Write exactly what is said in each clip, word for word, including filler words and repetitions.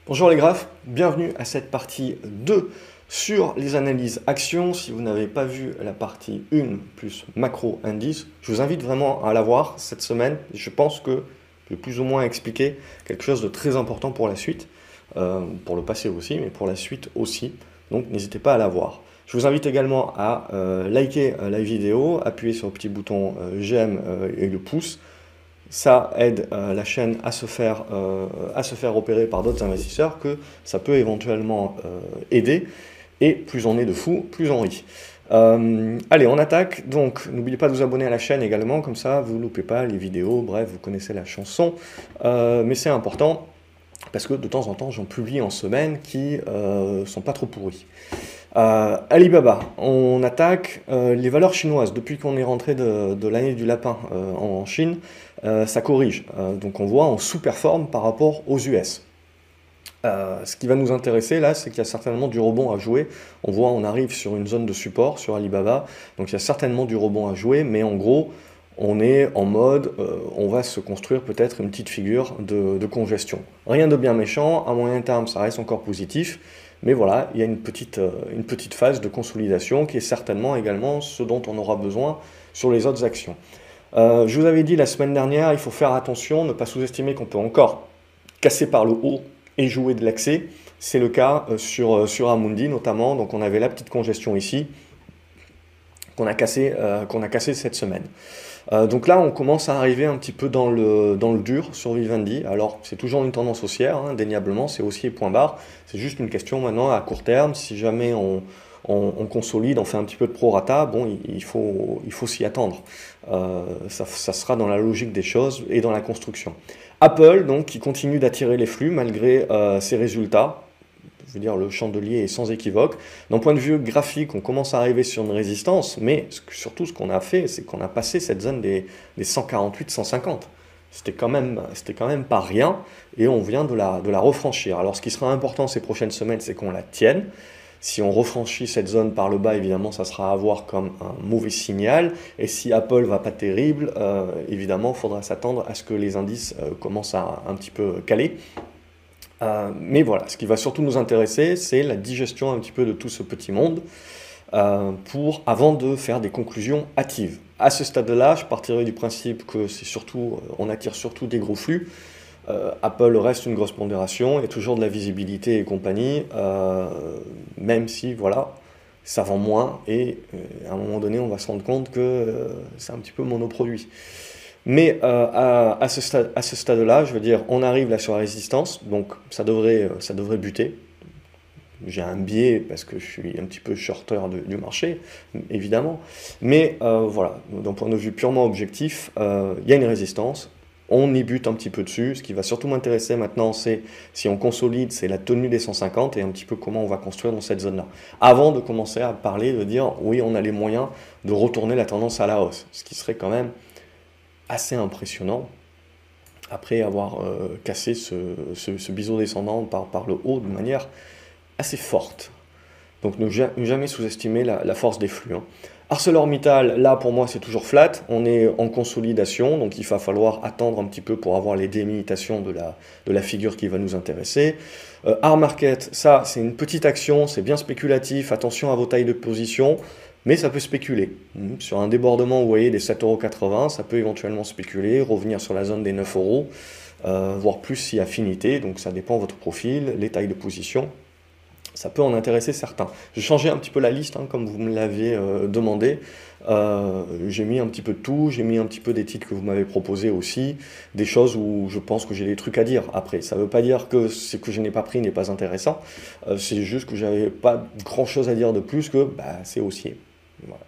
Bonjour les graphes, bienvenue à cette partie deux sur les analyses actions. Si vous n'avez pas vu la partie un plus macro indice, je vous invite vraiment à la voir cette semaine. Je pense que je vais plus ou moins expliquer quelque chose de très important pour la suite, euh, pour le passé aussi, mais pour la suite aussi. Donc n'hésitez pas à la voir. Je vous invite également à euh, liker euh, la vidéo, appuyer sur le petit bouton euh, j'aime euh, et le pouce. Ça aide euh, la chaîne à se faire, euh, à se faire repérer par d'autres investisseurs que ça peut éventuellement euh, aider. Et plus on est de fous, plus on rit. Euh, allez, on attaque. Donc, n'oubliez pas de vous abonner à la chaîne également, comme ça vous ne loupez pas les vidéos. Bref, vous connaissez la chanson. Euh, mais c'est important parce que de temps en temps, j'en publie en semaine qui euh, sont pas trop pourris. Euh, Alibaba, on attaque euh, les valeurs chinoises. Depuis qu'on est rentré de, de l'année du lapin euh, en Chine, euh, ça corrige. Euh, donc on voit on sous-performe par rapport aux U S. Euh, ce qui va nous intéresser là, c'est qu'il y a certainement du rebond à jouer. On voit, on arrive sur une zone de support sur Alibaba, donc il y a certainement du rebond à jouer, mais en gros, on est en mode, euh, on va se construire peut-être une petite figure de, de congestion. Rien de bien méchant, à moyen terme, ça reste encore positif, mais voilà, il y a une petite, euh, une petite phase de consolidation qui est certainement également ce dont on aura besoin sur les autres actions. Euh, je vous avais dit la semaine dernière, il faut faire attention, ne pas sous-estimer qu'on peut encore casser par le haut et jouer de l'accès. C'est le cas euh, sur, euh, sur Amundi notamment, donc on avait la petite congestion ici qu'on a cassé, euh, qu'on a cassé cette semaine. Euh, donc là, on commence à arriver un petit peu dans le, dans le dur sur Vivendi. Alors, c'est toujours une tendance haussière, hein, indéniablement, c'est haussier point barre. C'est juste une question maintenant à court terme. Si jamais on, on, on consolide, on fait un petit peu de prorata, bon, il, il faut, il faut s'y attendre. Euh, ça, ça sera dans la logique des choses et dans la construction. Apple, donc, qui continue d'attirer les flux malgré euh, ses résultats. Je veux dire, le chandelier est sans équivoque. D'un point de vue graphique, on commence à arriver sur une résistance, mais surtout ce qu'on a fait, c'est qu'on a passé cette zone des, des cent quarante-huit cent cinquante. C'était quand même, c'était quand même pas rien, et on vient de la, de la refranchir. Alors ce qui sera important ces prochaines semaines, c'est qu'on la tienne. Si on refranchit cette zone par le bas, évidemment, ça sera à voir comme un mauvais signal. Et si Apple va pas terrible, euh, évidemment, il faudra s'attendre à ce que les indices euh, commencent à un petit peu caler. Euh, mais voilà, ce qui va surtout nous intéresser, c'est la digestion un petit peu de tout ce petit monde euh, pour, avant de faire des conclusions hâtives. À ce stade-là, je partirai du principe que c'est surtout, on attire surtout des gros flux. Euh, Apple reste une grosse pondération, il y a toujours de la visibilité et compagnie, euh, même si voilà, ça vend moins et euh, à un moment donné, on va se rendre compte que euh, c'est un petit peu monoproduit. Mais euh, à, à ce stade, à ce stade-là, je veux dire, on arrive là sur la résistance, donc ça devrait, ça devrait buter. J'ai un biais parce que je suis un petit peu shorter de, du marché, évidemment. Mais euh, voilà, d'un point de vue purement objectif, euh, il y a une résistance. On y bute un petit peu dessus. Ce qui va surtout m'intéresser maintenant, c'est si on consolide, c'est la tenue des cent cinquante et un petit peu comment on va construire dans cette zone-là. Avant de commencer à parler, de dire oui, on a les moyens de retourner la tendance à la hausse, ce qui serait quand même assez impressionnant après avoir euh, cassé ce, ce, ce biseau descendant par, par le haut de manière assez forte. Donc ne jamais sous-estimer la, la force des flux. Hein. ArcelorMittal, là pour moi c'est toujours flat, on est en consolidation, donc il va falloir attendre un petit peu pour avoir les délimitations de la, de la figure qui va nous intéresser. Euh, Armarket, ça c'est une petite action, c'est bien spéculatif, attention à vos tailles de position. Mais ça peut spéculer. Sur un débordement, vous voyez, des sept euros quatre-vingts, ça peut éventuellement spéculer, revenir sur la zone des neuf euros, euh, voire plus si affinité, donc ça dépend de votre profil, les tailles de position. Ça peut en intéresser certains. J'ai changé un petit peu la liste, hein, comme vous me l'avez euh, demandé. Euh, j'ai mis un petit peu de tout, j'ai mis un petit peu des titres que vous m'avez proposés aussi, des choses où je pense que j'ai des trucs à dire après. Ça ne veut pas dire que ce que je n'ai pas pris n'est pas intéressant, euh, c'est juste que j'avais pas grand chose à dire de plus que bah, c'est haussier. Voilà.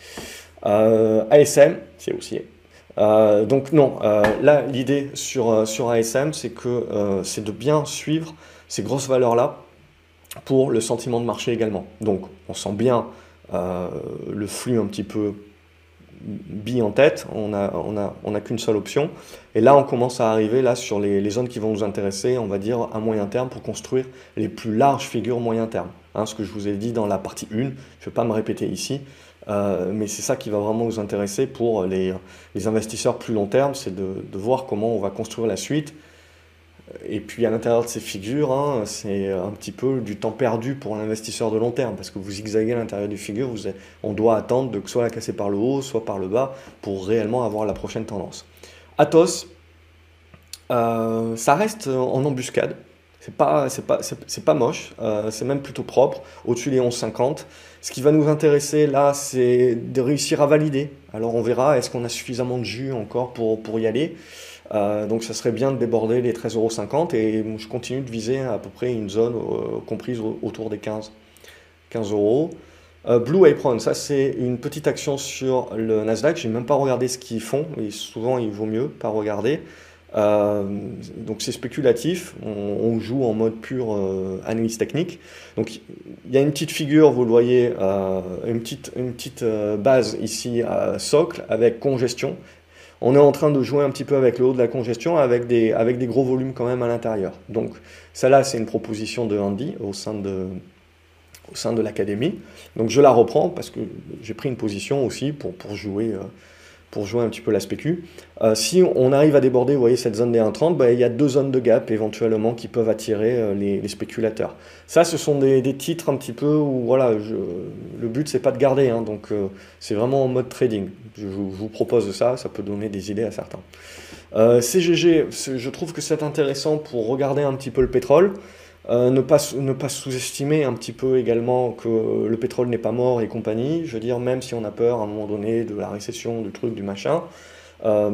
Euh, A S M, c'est haussier. Euh, donc non, euh, là l'idée sur, euh, sur A S M, c'est que euh, c'est de bien suivre ces grosses valeurs-là pour le sentiment de marché également. Donc on sent bien euh, le flux un petit peu bille en tête, on a, on a, on a qu'une seule option. Et là on commence à arriver là sur les, les zones qui vont nous intéresser, on va dire à moyen terme, pour construire les plus larges figures moyen terme. Hein, ce que je vous ai dit dans la partie un, je ne vais pas me répéter ici. Euh, mais c'est ça qui va vraiment nous intéresser pour les, les investisseurs plus long terme, c'est de, de voir comment on va construire la suite. Et puis à l'intérieur de ces figures, hein, c'est un petit peu du temps perdu pour l'investisseur de long terme, parce que vous zigzaguez à l'intérieur du figure, vous êtes- on doit attendre de soit la casser par le haut, soit par le bas, pour réellement avoir la prochaine tendance. Athos, euh, ça reste en embuscade. C'est pas, c'est pas, c'est, c'est pas moche, euh, c'est même plutôt propre, au-dessus des onze cinquante. Ce qui va nous intéresser là, c'est de réussir à valider. Alors on verra, est-ce qu'on a suffisamment de jus encore pour, pour y aller. Euh, donc ça serait bien de déborder les treize euros cinquante et je continue de viser à peu près une zone euh, comprise au- autour des quinze, quinze euros. Euh, Blue Apron, ça c'est une petite action sur le Nasdaq. J'ai même pas regardé ce qu'ils font, et souvent il vaut mieux pas regarder. Euh, donc c'est spéculatif, on, on joue en mode pur euh, analyse technique. Donc il y a une petite figure, vous le voyez, euh, une petite, une petite euh, base ici à socle avec congestion. On est en train de jouer un petit peu avec le haut de la congestion avec des, avec des gros volumes quand même à l'intérieur. Donc ça là c'est une proposition de Andy au sein de, au sein de l'académie. Donc je la reprends parce que j'ai pris une position aussi pour, pour jouer... euh, pour jouer un petit peu la spécu. Euh, si on arrive à déborder, vous voyez, cette zone des un trente, bah, il y a deux zones de gap éventuellement qui peuvent attirer euh, les, les spéculateurs. Ça, ce sont des, des titres un petit peu où, voilà, je, le but, c'est pas de garder, hein, donc euh, c'est vraiment en mode trading. Je, je vous propose ça, ça peut donner des idées à certains. Euh, C G G, je trouve que c'est intéressant pour regarder un petit peu le pétrole. Euh, ne pas, ne pas sous-estimer un petit peu également que le pétrole n'est pas mort et compagnie. Je veux dire, même si on a peur à un moment donné de la récession, du truc, du machin, euh,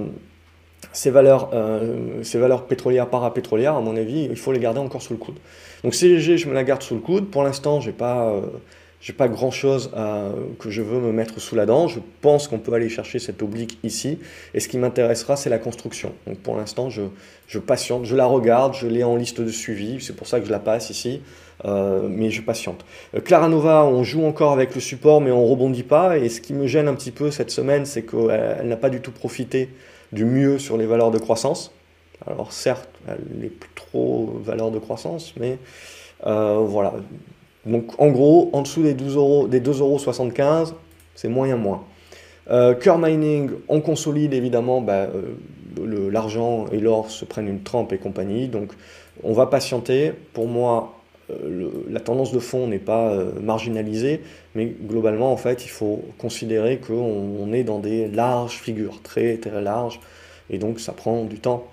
ces valeurs, euh, ces valeurs pétrolières, parapétrolières, à mon avis, il faut les garder encore sous le coude. Donc C G G, je me la garde sous le coude. Pour l'instant, j'ai pas, euh, j'ai pas grand-chose à- que je veux me mettre sous la dent. Je pense qu'on peut aller chercher cette oblique ici. Et ce qui m'intéressera, c'est la construction. Donc pour l'instant, je, je patiente, je la regarde, je l'ai en liste de suivi. C'est pour ça que je la passe ici. Euh, mais je patiente. Euh, Claranova, on joue encore avec le support, mais on rebondit pas. Et ce qui me gêne un petit peu cette semaine, c'est qu'elle elle n'a pas du tout profité du mieux sur les valeurs de croissance. Alors certes, elle n'est plus trop valeur de croissance, mais euh, voilà. Donc en gros, en dessous des douze euros, des deux euros soixante-quinze, c'est moyen moins. Euh, Core Mining, on consolide évidemment, bah, euh, le- l'argent et l'or se prennent une trempe et compagnie, donc on va patienter. Pour moi, euh, le- la tendance de fond n'est pas euh, marginalisée, mais globalement, en fait, il faut considérer qu'on on est dans des larges figures, très très larges, et donc ça prend du temps.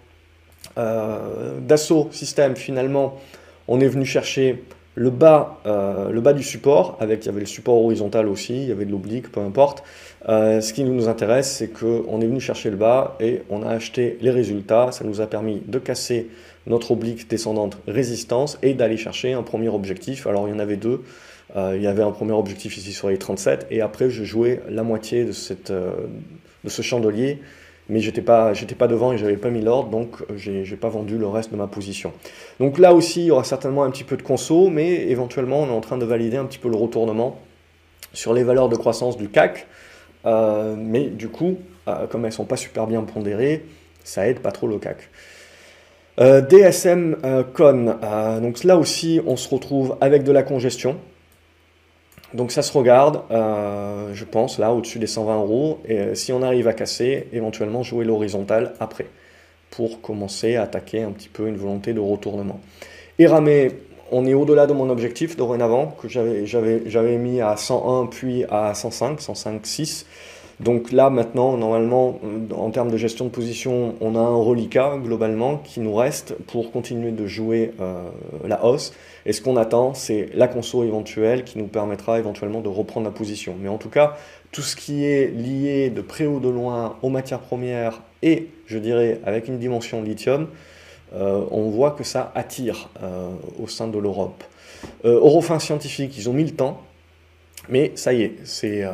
Euh, Dassault Systèmes, finalement, on est venu chercher le bas, euh, le bas du support, avec, il y avait le support horizontal aussi, il y avait de l'oblique, peu importe. Euh, ce qui nous intéresse, c'est qu'on est venu chercher le bas et on a acheté les résultats. Ça nous a permis de casser notre oblique descendante résistance et d'aller chercher un premier objectif. Alors il y en avait deux. Euh, il y avait un premier objectif ici sur les trente-sept et après je jouais la moitié de, cette, euh, de ce chandelier, mais j'étais pas, j'étais pas devant et j'avais pas mis l'ordre, donc j'ai j'ai pas vendu le reste de ma position. Donc là aussi, il y aura certainement un petit peu de conso, mais éventuellement, on est en train de valider un petit peu le retournement sur les valeurs de croissance du C A C. Euh, mais du coup, euh, comme elles sont pas super bien pondérées, ça aide pas trop le C A C. Euh, D S M euh, Con, euh, donc là aussi, on se retrouve avec de la congestion. Donc ça se regarde, euh, je pense, là, au-dessus des cent vingt euros. Et euh, si on arrive à casser, éventuellement jouer l'horizontale après, pour commencer à attaquer un petit peu une volonté de retournement. Et Ramé, on est au-delà de mon objectif dorénavant, que j'avais, j'avais, j'avais mis à cent un, puis à cent cinq, cent cinq, six. Donc là, maintenant, normalement, en termes de gestion de position, on a un reliquat, globalement, qui nous reste pour continuer de jouer euh, la hausse. Et ce qu'on attend, c'est la conso éventuelle qui nous permettra éventuellement de reprendre la position. Mais en tout cas, tout ce qui est lié de près ou de loin aux matières premières et, je dirais, avec une dimension lithium, euh, on voit que ça attire euh, au sein de l'Europe. Euh, Eurofins Scientifique, ils ont mis le temps, mais ça y est, c'est... Euh,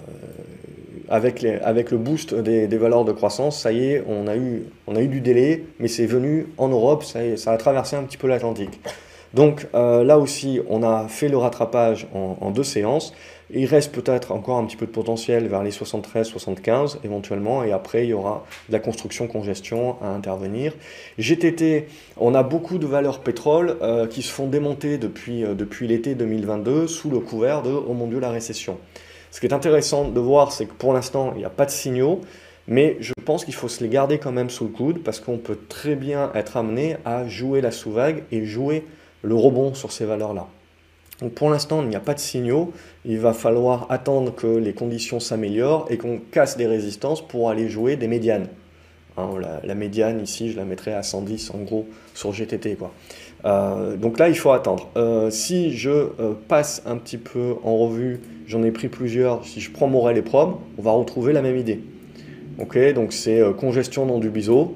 avec, les, avec le boost des, des valeurs de croissance, ça y est, on a eu, on a eu du délai, mais c'est venu en Europe, ça, y est, ça a traversé un petit peu l'Atlantique. Donc euh, là aussi, on a fait le rattrapage en, en deux séances. Il reste peut-être encore un petit peu de potentiel vers les soixante-treize soixante-quinze éventuellement, et après il y aura de la construction-congestion à intervenir. G T T, on a beaucoup de valeurs pétrole euh, qui se font démonter depuis, euh, depuis l'été deux mille vingt-deux sous le couvert de « Oh mon Dieu, la récession ». Ce qui est intéressant de voir, c'est que pour l'instant, il n'y a pas de signaux, Mais je pense qu'il faut se les garder quand même sous le coude parce qu'on peut très bien être amené à jouer la sous-vague et jouer le rebond sur ces valeurs-là. Donc pour l'instant, il n'y a pas de signaux. Il va falloir attendre que les conditions s'améliorent et qu'on casse des résistances pour aller jouer des médianes. Hein, la, la médiane ici, je la mettrais à cent dix en gros sur G T T, quoi. Euh, donc là, il faut attendre. Euh, si je euh, passe un petit peu en revue, j'en ai pris plusieurs, si je prends Morel et Prom, on va retrouver la même idée. Ok, donc c'est euh, congestion dans du biseau.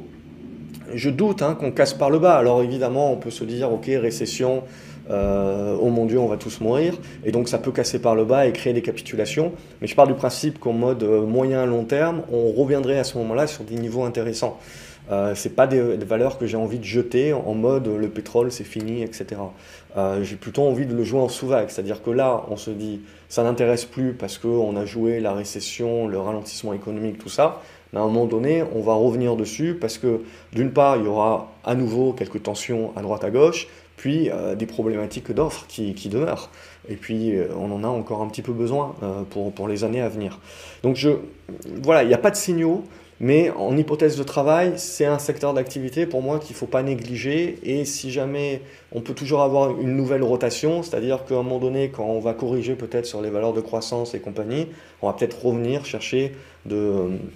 Je doute hein, qu'on casse par le bas. Alors évidemment, on peut se dire, ok, récession, euh, oh mon Dieu, on va tous mourir. Et donc ça peut casser par le bas et créer des capitulations. Mais je pars du principe qu'en mode euh, moyen long terme, on reviendrait à ce moment-là sur des niveaux intéressants. Euh, c'est pas des, des valeurs que j'ai envie de jeter en mode le pétrole c'est fini, et cetera. Euh, j'ai plutôt envie de le jouer en sous-vague, c'est-à-dire que là on se dit ça n'intéresse plus parce qu'on a joué la récession, le ralentissement économique, tout ça. Mais à un moment donné, on va revenir dessus parce que d'une part il y aura à nouveau quelques tensions à droite à gauche, puis euh, des problématiques d'offres qui, qui demeurent. Et puis euh, on en a encore un petit peu besoin euh, pour, pour les années à venir. Donc je, voilà, il n'y a pas de signaux. Mais en hypothèse de travail, c'est un secteur d'activité pour moi qu'il ne faut pas négliger. Et si jamais on peut toujours avoir une nouvelle rotation, c'est-à-dire qu'à un moment donné, quand on va corriger peut-être sur les valeurs de croissance et compagnie, on va peut-être revenir chercher de,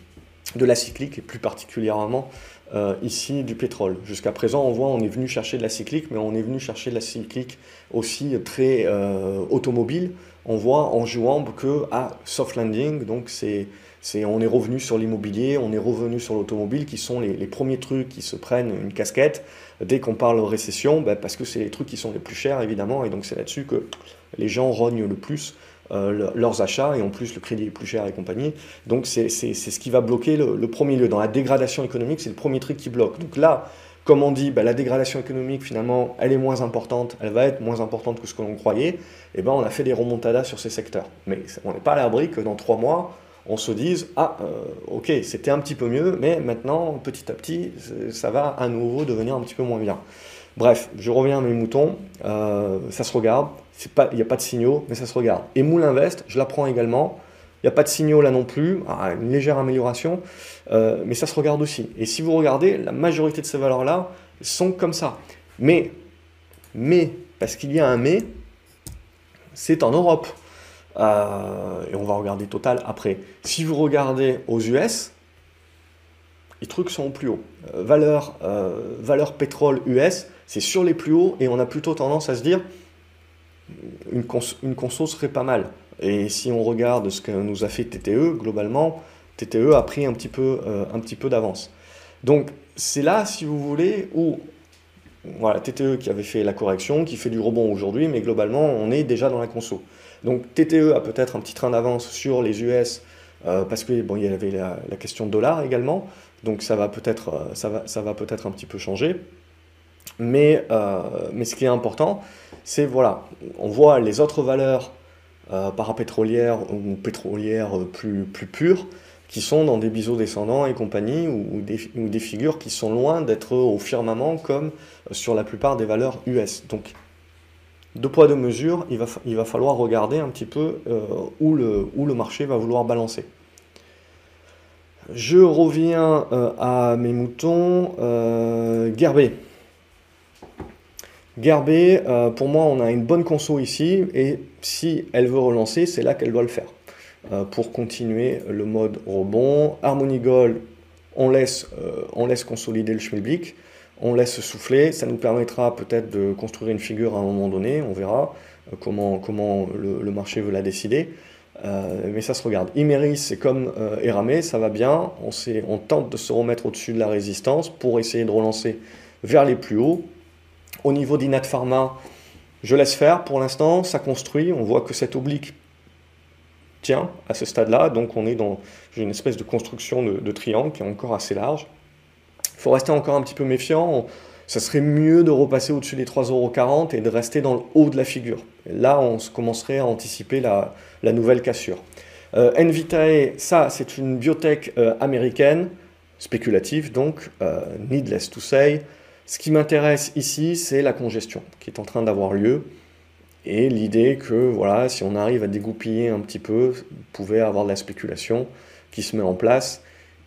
de la cyclique et plus particulièrement euh, ici du pétrole. Jusqu'à présent, on voit on est venu chercher de la cyclique, mais on est venu chercher de la cyclique aussi très euh, automobile. On voit en jouant que à soft landing, donc c'est C'est, on est revenu sur l'immobilier, on est revenu sur l'automobile, qui sont les, les premiers trucs qui se prennent une casquette dès qu'on parle récession, ben parce que c'est les trucs qui sont les plus chers évidemment, et donc c'est là-dessus que les gens rognent le plus euh, leurs achats, et en plus le crédit est plus cher et compagnie. Donc c'est ce qui va bloquer le, le premier lieu. Dans la dégradation économique, c'est le premier truc qui bloque. Donc là, comme on dit, ben, la dégradation économique finalement, elle est moins importante, elle va être moins importante que ce que l'on croyait, et ben on a fait des remontadas sur ces secteurs. Mais on n'est pas à l'abri que dans trois mois, on se dise « Ah, euh, ok, c'était un petit peu mieux, mais maintenant, petit à petit, ça va à nouveau devenir un petit peu moins bien. » Bref, je reviens à mes moutons, euh, ça se regarde, il n'y a pas de signaux, mais ça se regarde. Et Moule Invest, je la prends également, il n'y a pas de signaux là non plus, ah, une légère amélioration, euh, mais ça se regarde aussi. Et si vous regardez, la majorité de ces valeurs-là sont comme ça. Mais, mais, parce qu'il y a un mais, c'est en Europe. Euh, et on va regarder Total après. Si vous regardez aux U S, les trucs sont au plus haut. Euh, valeur, euh, valeur pétrole U S, c'est sur les plus hauts et on a plutôt tendance à se dire une, cons une conso serait pas mal. Et si on regarde ce que nous a fait T T E, globalement, T T E a pris un petit peu, euh, un petit peu d'avance. Donc c'est là, si vous voulez, où voilà, T T E qui avait fait la correction, qui fait du rebond aujourd'hui, mais globalement, on est déjà dans la conso. Donc T T E a peut-être un petit train d'avance sur les U S euh, parce que bon, il y avait la, la question de dollar également, donc ça va peut-être euh, ça va, ça va peut-être un petit peu changer. Mais, euh, mais ce qui est important, c'est voilà, on voit les autres valeurs euh, parapétrolières ou pétrolières plus, plus pures qui sont dans des biseaux descendants et compagnie, ou, ou, des, ou des figures qui sont loin d'être au firmament comme sur la plupart des valeurs U S. Donc deux poids, deux mesures, il va, il va falloir regarder un petit peu euh, où, le, où le marché va vouloir balancer. Je reviens euh, à mes moutons. Euh, Gerbet. Gerbet, euh, pour moi, on a une bonne conso ici, et si elle veut relancer, c'est là qu'elle doit le faire. Euh, pour continuer le mode rebond. Harmony Gold, on laisse, euh, on laisse consolider le schmilblick. On laisse souffler, ça nous permettra peut-être de construire une figure à un moment donné, on verra euh, comment, comment le, le marché veut la décider, euh, mais ça se regarde. Imerys, c'est comme euh, Eramé, ça va bien, on, on tente de se remettre au-dessus de la résistance pour essayer de relancer vers les plus hauts. Au niveau d'Inat Pharma, je laisse faire pour l'instant, ça construit, on voit que cette oblique tient à ce stade-là, donc on est dans une espèce de construction de, de triangle qui est encore assez large. Il faut rester encore un petit peu méfiant, ça serait mieux de repasser au-dessus des trois euros quarante et de rester dans le haut de la figure. Et là, on commencerait à anticiper la, la nouvelle cassure. Euh, Invitae, ça, c'est une biotech euh, américaine, spéculative donc, euh, needless to say. Ce qui m'intéresse ici, c'est la congestion qui est en train d'avoir lieu. Et l'idée que, voilà, si on arrive à dégoupiller un petit peu, vous pouvez avoir de la spéculation qui se met en place.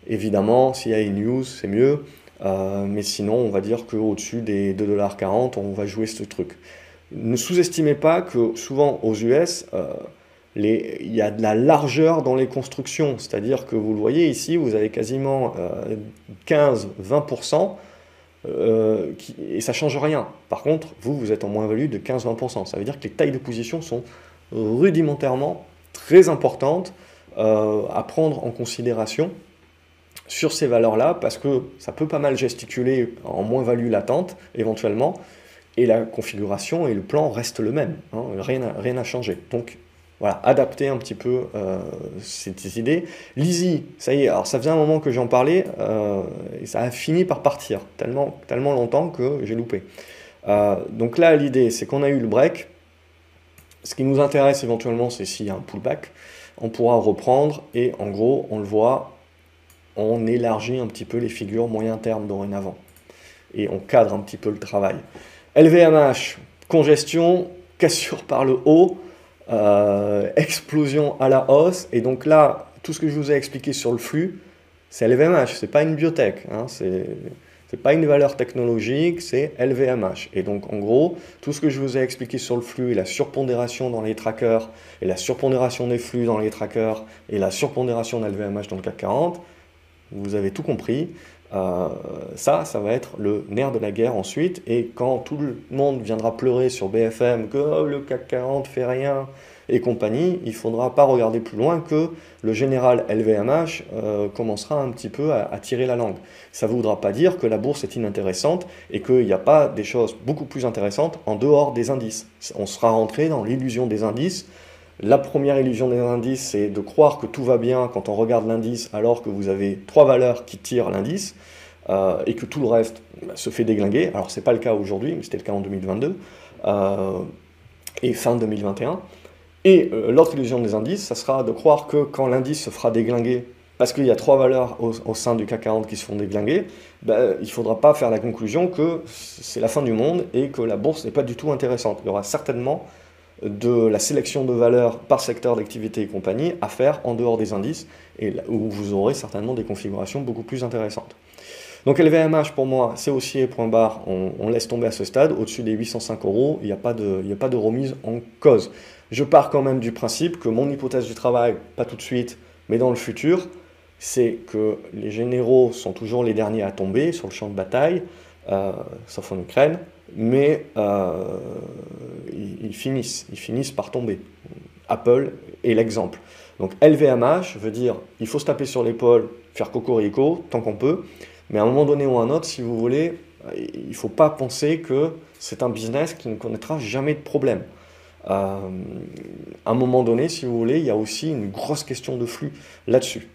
Évidemment, s'il y a une news, c'est mieux. Euh, mais sinon, on va dire qu'au-dessus des deux dollars quarante, on va jouer ce truc. Ne sous-estimez pas que souvent aux U S, euh, les, il y a de la largeur dans les constructions. C'est-à-dire que vous le voyez ici, vous avez quasiment euh, quinze à vingt pour cent euh, qui, et ça ne change rien. Par contre, vous, vous êtes en moins-value de quinze à vingt pour cent. Ça veut dire que les tailles de position sont rudimentairement très importantes euh, à prendre en considération sur ces valeurs-là, parce que ça peut pas mal gesticuler en moins-value latente, éventuellement, et la configuration et le plan restent le même, hein, rien n'a rien n'a changé. Donc voilà, adapter un petit peu euh, ces, ces idées. L'Easy, ça y est, alors ça faisait un moment que j'en parlais, euh, et ça a fini par partir, tellement, tellement longtemps que j'ai loupé. Euh, donc là, l'idée, c'est qu'on a eu le break. Ce qui nous intéresse éventuellement, c'est s'il y a un pullback, on pourra reprendre, et en gros, on le voit, on élargit un petit peu les figures moyen terme dorénavant. Et on cadre un petit peu le travail. L V M H, congestion, cassure par le haut, euh, explosion à la hausse. Et donc là, tout ce que je vous ai expliqué sur le flux, c'est L V M H, c'est pas une biotech, hein, c'est c'est pas une valeur technologique, c'est L V M H. Et donc en gros, tout ce que je vous ai expliqué sur le flux et la surpondération dans les trackers, et la surpondération des flux dans les trackers, et la surpondération d'L V M H dans le CAC quarante, vous avez tout compris. Euh, ça, ça va être le nerf de la guerre ensuite. Et quand tout le monde viendra pleurer sur B F M que oh, le CAC quarante fait rien et compagnie, il ne faudra pas regarder plus loin que le général L V M H euh, commencera un petit peu à, à tirer la langue. Ça ne voudra pas dire que la bourse est inintéressante et qu'il n'y a pas des choses beaucoup plus intéressantes en dehors des indices. On sera rentré dans l'illusion des indices. La première illusion des indices, c'est de croire que tout va bien quand on regarde l'indice alors que vous avez trois valeurs qui tirent l'indice euh, et que tout le reste bah, se fait déglinguer. Alors ce n'est pas le cas aujourd'hui, mais c'était le cas en deux mille vingt-deux euh, et fin deux mille vingt et un. Et euh, l'autre illusion des indices, ça sera de croire que quand l'indice se fera déglinguer, parce qu'il y a trois valeurs au, au sein du CAC quarante qui se font déglinguer, bah, il ne faudra pas faire la conclusion que c'est la fin du monde et que la bourse n'est pas du tout intéressante. Il y aura certainement de la sélection de valeurs par secteur d'activité et compagnie à faire en dehors des indices, et là, où vous aurez certainement des configurations beaucoup plus intéressantes. Donc L V M H pour moi, c'est haussier, point barre, on, on laisse tomber à ce stade, au-dessus des huit cent cinq euros, il n'y a pas de, il n'y a pas de remise en cause. Je pars quand même du principe que mon hypothèse du travail, pas tout de suite, mais dans le futur, c'est que les généraux sont toujours les derniers à tomber sur le champ de bataille, euh, sauf en Ukraine, mais euh, ils, ils, finissent, ils finissent par tomber. Apple est l'exemple. Donc L V M H veut dire il faut se taper sur l'épaule, faire cocorico tant qu'on peut, mais à un moment donné ou à un autre, si vous voulez, il ne faut pas penser que c'est un business qui ne connaîtra jamais de problème. Euh, à un moment donné, si vous voulez, il y a aussi une grosse question de flux là-dessus.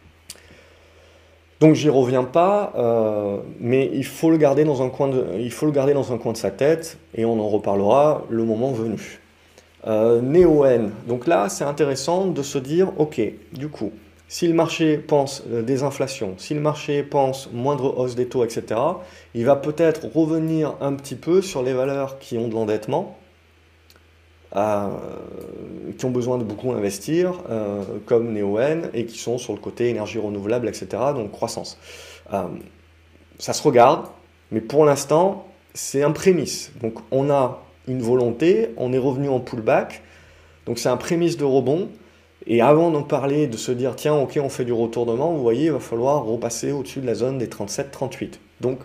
Donc j'y reviens pas, euh, mais il faut, le garder dans un coin de, il faut le garder dans un coin de sa tête, et on en reparlera le moment venu. Euh, Neoen, donc là c'est intéressant de se dire, ok, du coup, si le marché pense euh, désinflation, si le marché pense moindre hausse des taux, et cetera, il va peut-être revenir un petit peu sur les valeurs qui ont de l'endettement, Euh, qui ont besoin de beaucoup investir, euh, comme Neoen, et qui sont sur le côté énergie renouvelable, et cetera, donc croissance. Euh, ça se regarde, mais pour l'instant, c'est un prémisse. Donc on a une volonté, on est revenu en pullback, donc c'est un prémisse de rebond, et avant d'en parler, de se dire, tiens, ok, on fait du retournement, vous voyez, il va falloir repasser au-dessus de la zone des trente-sept trente-huit. Donc,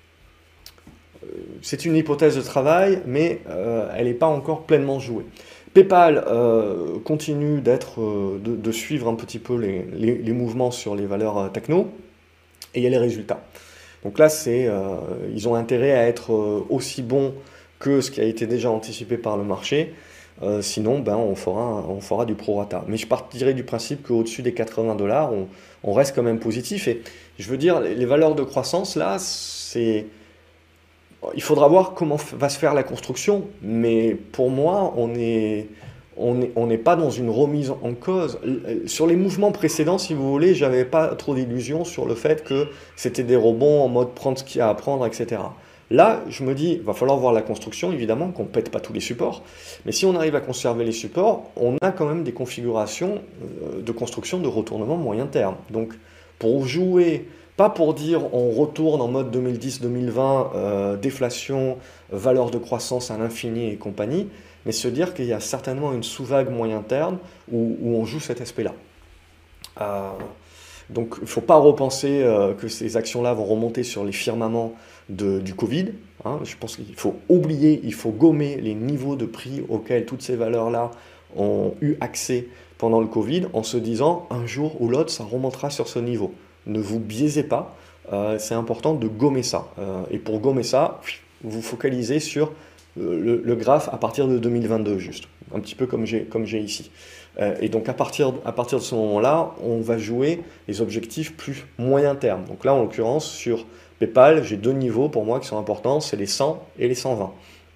c'est une hypothèse de travail, mais euh, elle n'est pas encore pleinement jouée. PayPal euh, continue d'être, euh, de, de suivre un petit peu les, les, les mouvements sur les valeurs euh, techno, et il y a les résultats. Donc là, c'est, euh, ils ont intérêt à être euh, aussi bons que ce qui a été déjà anticipé par le marché, euh, sinon ben, on, fera, on fera du prorata. Mais je partirai du principe qu'au-dessus des quatre-vingts dollars, on, on reste quand même positif. Et je veux dire, les valeurs de croissance, là, c'est... Il faudra voir comment va se faire la construction, mais pour moi, on n'est on est, on n'est pas dans une remise en cause. Sur les mouvements précédents, si vous voulez, j'avais pas trop d'illusions sur le fait que c'était des rebonds en mode prendre ce qu'il y a à prendre, et cetera. Là, je me dis, il va falloir voir la construction, évidemment, qu'on ne pète pas tous les supports, mais si on arrive à conserver les supports, on a quand même des configurations de construction de retournement moyen terme. Donc, pour jouer, pas pour dire on retourne en mode deux mille dix deux mille vingt, euh, déflation, valeur de croissance à l'infini et compagnie, mais se dire qu'il y a certainement une sous-vague moyen terme où, où on joue cet aspect-là. Euh, donc il ne faut pas repenser euh, que ces actions-là vont remonter sur les firmaments de, du Covid. Hein. Je pense qu'il faut oublier, il faut gommer les niveaux de prix auxquels toutes ces valeurs-là ont eu accès pendant le Covid en se disant un jour ou l'autre ça remontera sur ce niveau. Ne vous biaisez pas, euh, c'est important de gommer ça. Euh, et pour gommer ça, vous focalisez sur le, le graphe à partir de deux mille vingt-deux juste, un petit peu comme j'ai comme j'ai ici. Euh, et donc à partir, à partir de ce moment-là, on va jouer les objectifs plus moyen terme. Donc là, en l'occurrence, sur PayPal, j'ai deux niveaux pour moi qui sont importants, c'est les cent et les cent vingt.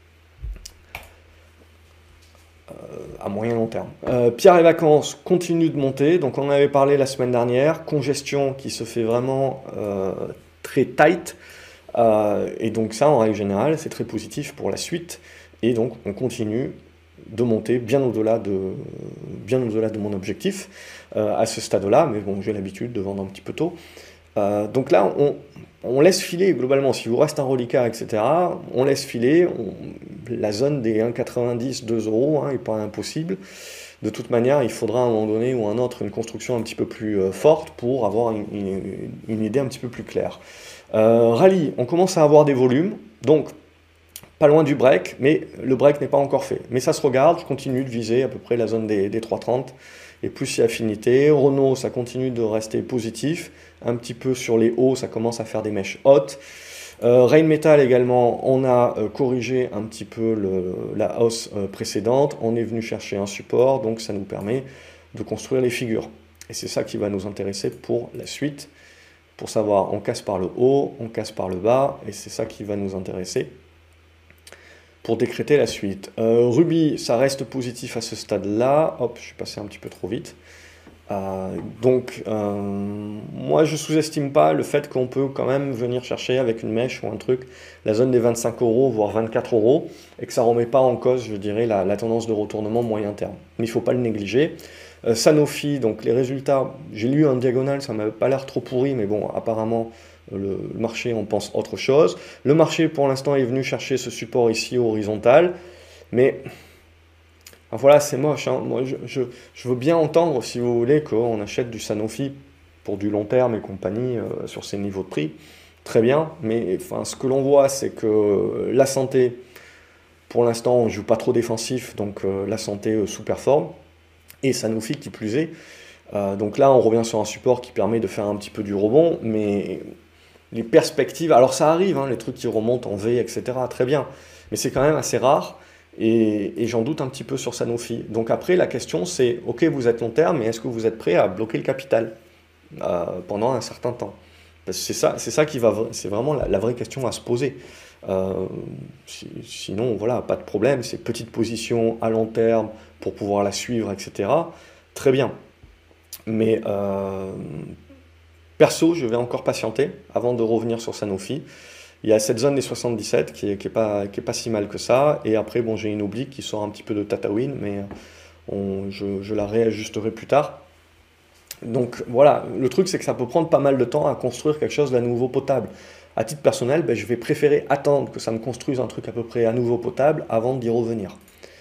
Euh, à moyen long terme. Euh, Pierre et Vacances continue de monter, donc on en avait parlé la semaine dernière, congestion qui se fait vraiment euh, très tight, euh, et donc ça, en règle générale, c'est très positif pour la suite, et donc on continue de monter bien au-delà de, bien au-delà de mon objectif euh, à ce stade-là, mais bon, j'ai l'habitude de vendre un petit peu tôt. Euh, donc là, on, on laisse filer globalement, si vous reste un reliquat, et cetera, on laisse filer, on, la zone des un virgule quatre-vingt-dix, deux euros n'est pas impossible. De toute manière, il faudra à un moment donné ou un autre une construction un petit peu plus euh, forte pour avoir une, une, une idée un petit peu plus claire. Euh, rallye, on commence à avoir des volumes, donc pas loin du break, mais le break n'est pas encore fait. Mais ça se regarde, je continue de viser à peu près la zone des, des trois trente, et plus si affinité. Renault, ça continue de rester positif, un petit peu sur les hauts, ça commence à faire des mèches hautes. Euh, Rheinmetall également, on a euh, corrigé un petit peu le, la hausse euh, précédente, on est venu chercher un support, donc ça nous permet de construire les figures. Et c'est ça qui va nous intéresser pour la suite, pour savoir on casse par le haut, on casse par le bas, et c'est ça qui va nous intéresser pour décréter la suite. Euh, Ruby, ça reste positif à ce stade-là. Hop, je suis passé un petit peu trop vite. Euh, donc, euh, moi, je sous-estime pas le fait qu'on peut quand même venir chercher avec une mèche ou un truc la zone des vingt-cinq euros, voire vingt-quatre euros, et que ça remet pas en cause, je dirais, la, la tendance de retournement moyen terme. Mais il faut pas le négliger. Euh, Sanofi, donc les résultats, j'ai lu un diagonal, ça m'avait pas l'air trop pourri, mais bon, apparemment, le marché on pense autre chose. Le marché pour l'instant est venu chercher ce support ici horizontal, mais enfin, voilà, c'est moche. Hein. Moi, je, je, je veux bien entendre, si vous voulez, qu'on achète du Sanofi pour du long terme et compagnie euh, sur ces niveaux de prix. Très bien, mais enfin, ce que l'on voit, c'est que la santé, pour l'instant, on ne joue pas trop défensif, donc euh, la santé euh, sous-performe, et Sanofi qui plus est. Euh, donc là, on revient sur un support qui permet de faire un petit peu du rebond, mais les perspectives, alors ça arrive, hein, les trucs qui remontent en V, et cetera, très bien, mais c'est quand même assez rare, et, et j'en doute un petit peu sur Sanofi. Donc après, la question c'est, ok, vous êtes long terme, mais est-ce que vous êtes prêt à bloquer le capital euh, pendant un certain temps? C'est ça, c'est ça qui va, c'est vraiment la, la vraie question à se poser. Euh, si, sinon, voilà, pas de problème, c'est petite position à long terme pour pouvoir la suivre, et cetera. Très bien. Mais euh, perso, je vais encore patienter avant de revenir sur Sanofi. Il y a cette zone des soixante-dix-sept qui est, qui est pas, qui est pas si mal que ça. Et après, bon, j'ai une oblique qui sort un petit peu de Tatawin, mais on, je, je la réajusterai plus tard. Donc voilà, le truc c'est que ça peut prendre pas mal de temps à construire quelque chose d'à nouveau potable. À titre personnel, ben, je vais préférer attendre que ça me construise un truc à peu près à nouveau potable avant d'y revenir.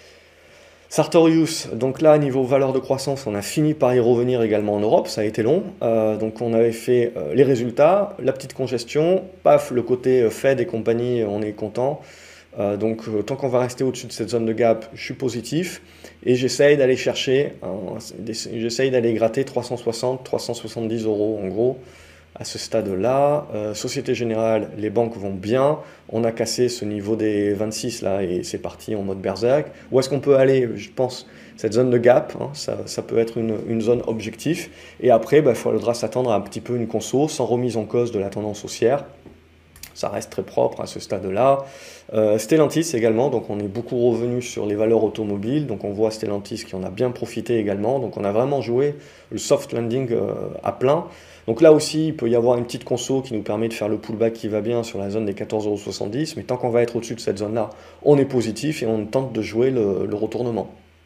Sartorius, donc là, niveau valeur de croissance, on a fini par y revenir également en Europe, ça a été long. Euh, donc on avait fait euh, les résultats, la petite congestion, paf, le côté euh, Fed et compagnie, on est content. Euh, donc euh, tant qu'on va rester au-dessus de cette zone de gap, je suis positif. Et j'essaye d'aller chercher, hein, j'essaye d'aller gratter trois cent soixante, trois cent soixante-dix euros en gros. À ce stade-là, euh, Société Générale, les banques vont bien. On a cassé ce niveau des vingt-six là et c'est parti en mode berserk. Où est-ce qu'on peut aller? Je pense cette zone de gap, hein, ça, ça peut être une, une zone objectif. Et après, bah, il faudra s'attendre à un petit peu une conso sans remise en cause de la tendance haussière. Ça reste très propre à ce stade-là. Euh, Stellantis également, donc on est beaucoup revenu sur les valeurs automobiles. Donc on voit Stellantis qui en a bien profité également. Donc on a vraiment joué le soft landing euh, à plein. Donc là aussi, il peut y avoir une petite conso qui nous permet de faire le pullback qui va bien sur la zone des quatorze euros soixante-dix. Mais tant qu'on va être au-dessus de cette zone-là, on est positif et on tente de jouer le, le retournement.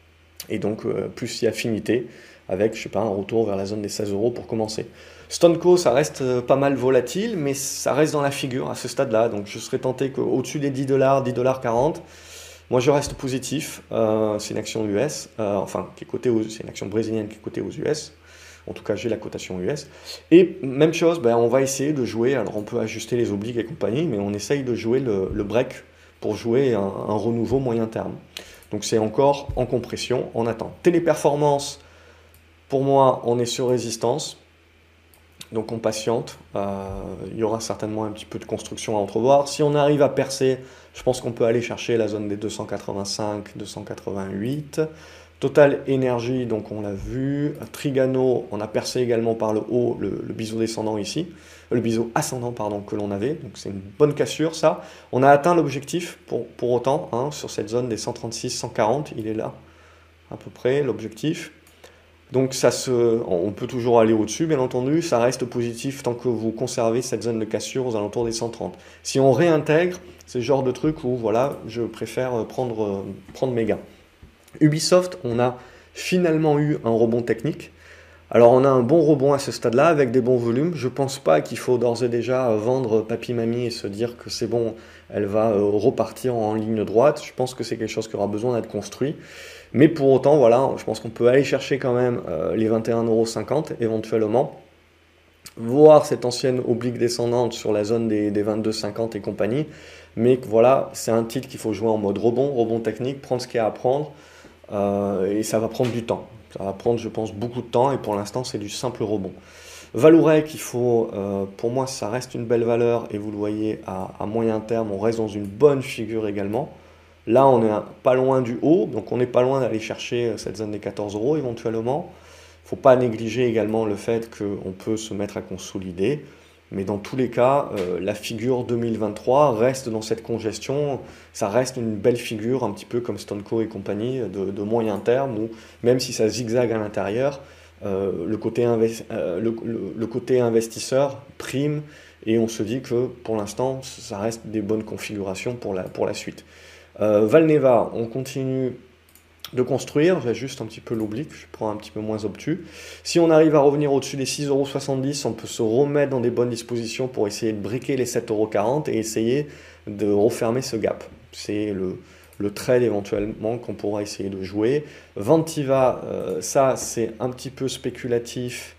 et donc euh, plus si affinité, avec, je sais pas, un retour vers la zone des seize euros pour commencer. Stonco, ça reste euh, pas mal volatile, mais ça reste dans la figure à ce stade-là, donc je serais tenté qu'au-dessus des dix dollars, dix dollars quarante, moi je reste positif, euh, c'est une action U S, euh, enfin, qui est cotée aux- c'est une action brésilienne qui est cotée aux U S, en tout cas j'ai la cotation U S, et même chose, ben, on va essayer de jouer, alors on peut ajuster les obliques et compagnie, mais on essaye de jouer le, le break pour jouer un, un renouveau moyen terme. Donc c'est encore en compression, on attend. Téléperformance, pour moi, on est sur résistance, donc on patiente. Euh, il y aura certainement un petit peu de construction à entrevoir. Si on arrive à percer, je pense qu'on peut aller chercher la zone des deux cent quatre-vingt-cinq, deux cent quatre-vingt-huit. Total Énergie, donc on l'a vu. Trigano, on a percé également par le haut le, le biseau descendant ici, le biseau ascendant pardon que l'on avait. Donc c'est une bonne cassure ça. On a atteint l'objectif pour, pour autant hein, sur cette zone des cent trente-six, cent quarante. Il est là à peu près l'objectif. Donc ça se, on peut toujours aller au-dessus, bien entendu, ça reste positif tant que vous conservez cette zone de cassure aux alentours des cent trente. Si on réintègre, c'est le genre de truc où voilà, je préfère prendre, prendre mes gains. Ubisoft, on a finalement eu un rebond technique. Alors on a un bon rebond à ce stade-là avec des bons volumes. Je pense pas qu'il faut d'ores et déjà vendre papy-mamie et se dire que c'est bon, elle va repartir en ligne droite. Je pense que c'est quelque chose qui aura besoin d'être construit. Mais pour autant, voilà, je pense qu'on peut aller chercher quand même euh, les vingt et un euros cinquante éventuellement, voir cette ancienne oblique descendante sur la zone des, des vingt-deux cinquante et compagnie. Mais voilà, c'est un titre qu'il faut jouer en mode rebond, rebond technique, prendre ce qu'il y a à prendre, euh, et ça va prendre du temps. Ça va prendre, je pense, beaucoup de temps, et pour l'instant, c'est du simple rebond. Valourec, il faut, euh, pour moi, ça reste une belle valeur, et vous le voyez, à, à moyen terme, on reste dans une bonne figure également. Là, on est pas loin du haut, donc on n'est pas loin d'aller chercher cette zone des quatorze euros éventuellement. Il ne faut pas négliger également le fait qu'on peut se mettre à consolider. Mais dans tous les cas, euh, la figure deux mille vingt-trois reste dans cette congestion. Ça reste une belle figure, un petit peu comme Stonco et compagnie, de, de moyen terme, où même si ça zigzague à l'intérieur, euh, le, côté euh, le, le, le côté investisseur prime et on se dit que pour l'instant, ça reste des bonnes configurations pour la, pour la suite. Euh, Valneva, on continue de construire, j'ajuste un petit peu l'oblique, je prends un petit peu moins obtus. Si on arrive à revenir au-dessus des six euros soixante-dix, on peut se remettre dans des bonnes dispositions pour essayer de briquer les sept euros quarante et essayer de refermer ce gap. C'est le, le trade éventuellement qu'on pourra essayer de jouer. Ventiva, euh, ça c'est un petit peu spéculatif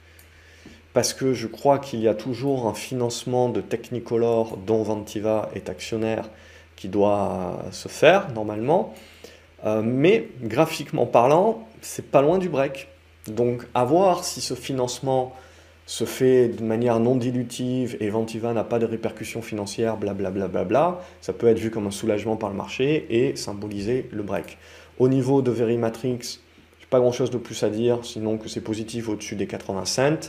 parce que je crois qu'il y a toujours un financement de Technicolor dont Ventiva est actionnaire qui doit se faire normalement, euh, mais graphiquement parlant, c'est pas loin du break. Donc à voir si ce financement se fait de manière non dilutive et Ventiva n'a pas de répercussions financières, blablabla, bla bla bla, ça peut être vu comme un soulagement par le marché et symboliser le break. Au niveau de Verimatrix, j'ai pas grand chose de plus à dire, sinon que c'est positif au-dessus des quatre-vingts cents.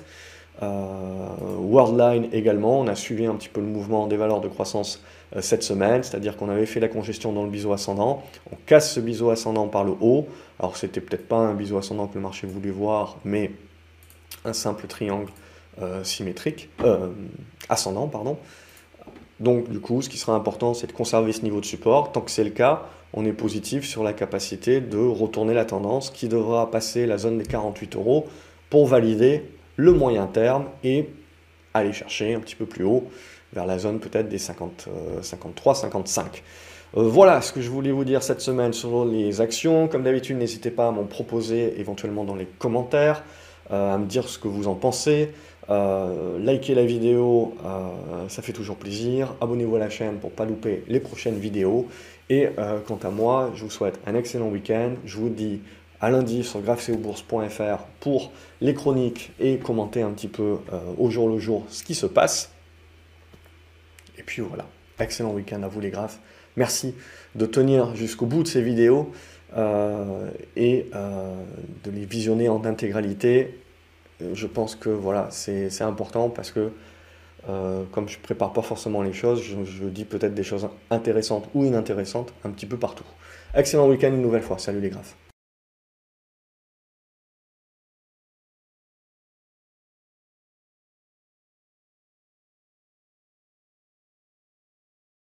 Euh, Worldline également, on a suivi un petit peu le mouvement des valeurs de croissance euh, cette semaine, c'est-à-dire qu'on avait fait la congestion dans le biseau ascendant, on casse ce biseau ascendant par le haut, alors c'était peut-être pas un biseau ascendant que le marché voulait voir, mais un simple triangle euh, symétrique, euh, ascendant, pardon. Donc du coup, ce qui sera important, c'est de conserver ce niveau de support. Tant que c'est le cas, on est positif sur la capacité de retourner la tendance qui devra passer la zone des quarante-huit euros pour valider le moyen terme et aller chercher un petit peu plus haut vers la zone peut-être des cinquante, euh, cinquante-trois, cinquante-cinq. Euh, voilà ce que je voulais vous dire cette semaine sur les actions. Comme d'habitude, n'hésitez pas à m'en proposer éventuellement dans les commentaires, euh, à me dire ce que vous en pensez. Euh, likez la vidéo, euh, ça fait toujours plaisir. Abonnez-vous à la chaîne pour ne pas louper les prochaines vidéos. Et euh, quant à moi, je vous souhaite un excellent week-end. Je vous dis à lundi sur graphseobourse point F R pour les chroniques et commenter un petit peu euh, au jour le jour ce qui se passe. Et puis voilà, excellent week-end à vous les graphes. Merci de tenir jusqu'au bout de ces vidéos euh, et euh, de les visionner en intégralité. Je pense que voilà, c'est important parce que euh, comme je ne prépare pas forcément les choses, je, je dis peut-être des choses intéressantes ou inintéressantes un petit peu partout. Excellent week-end une nouvelle fois. Salut les graphes.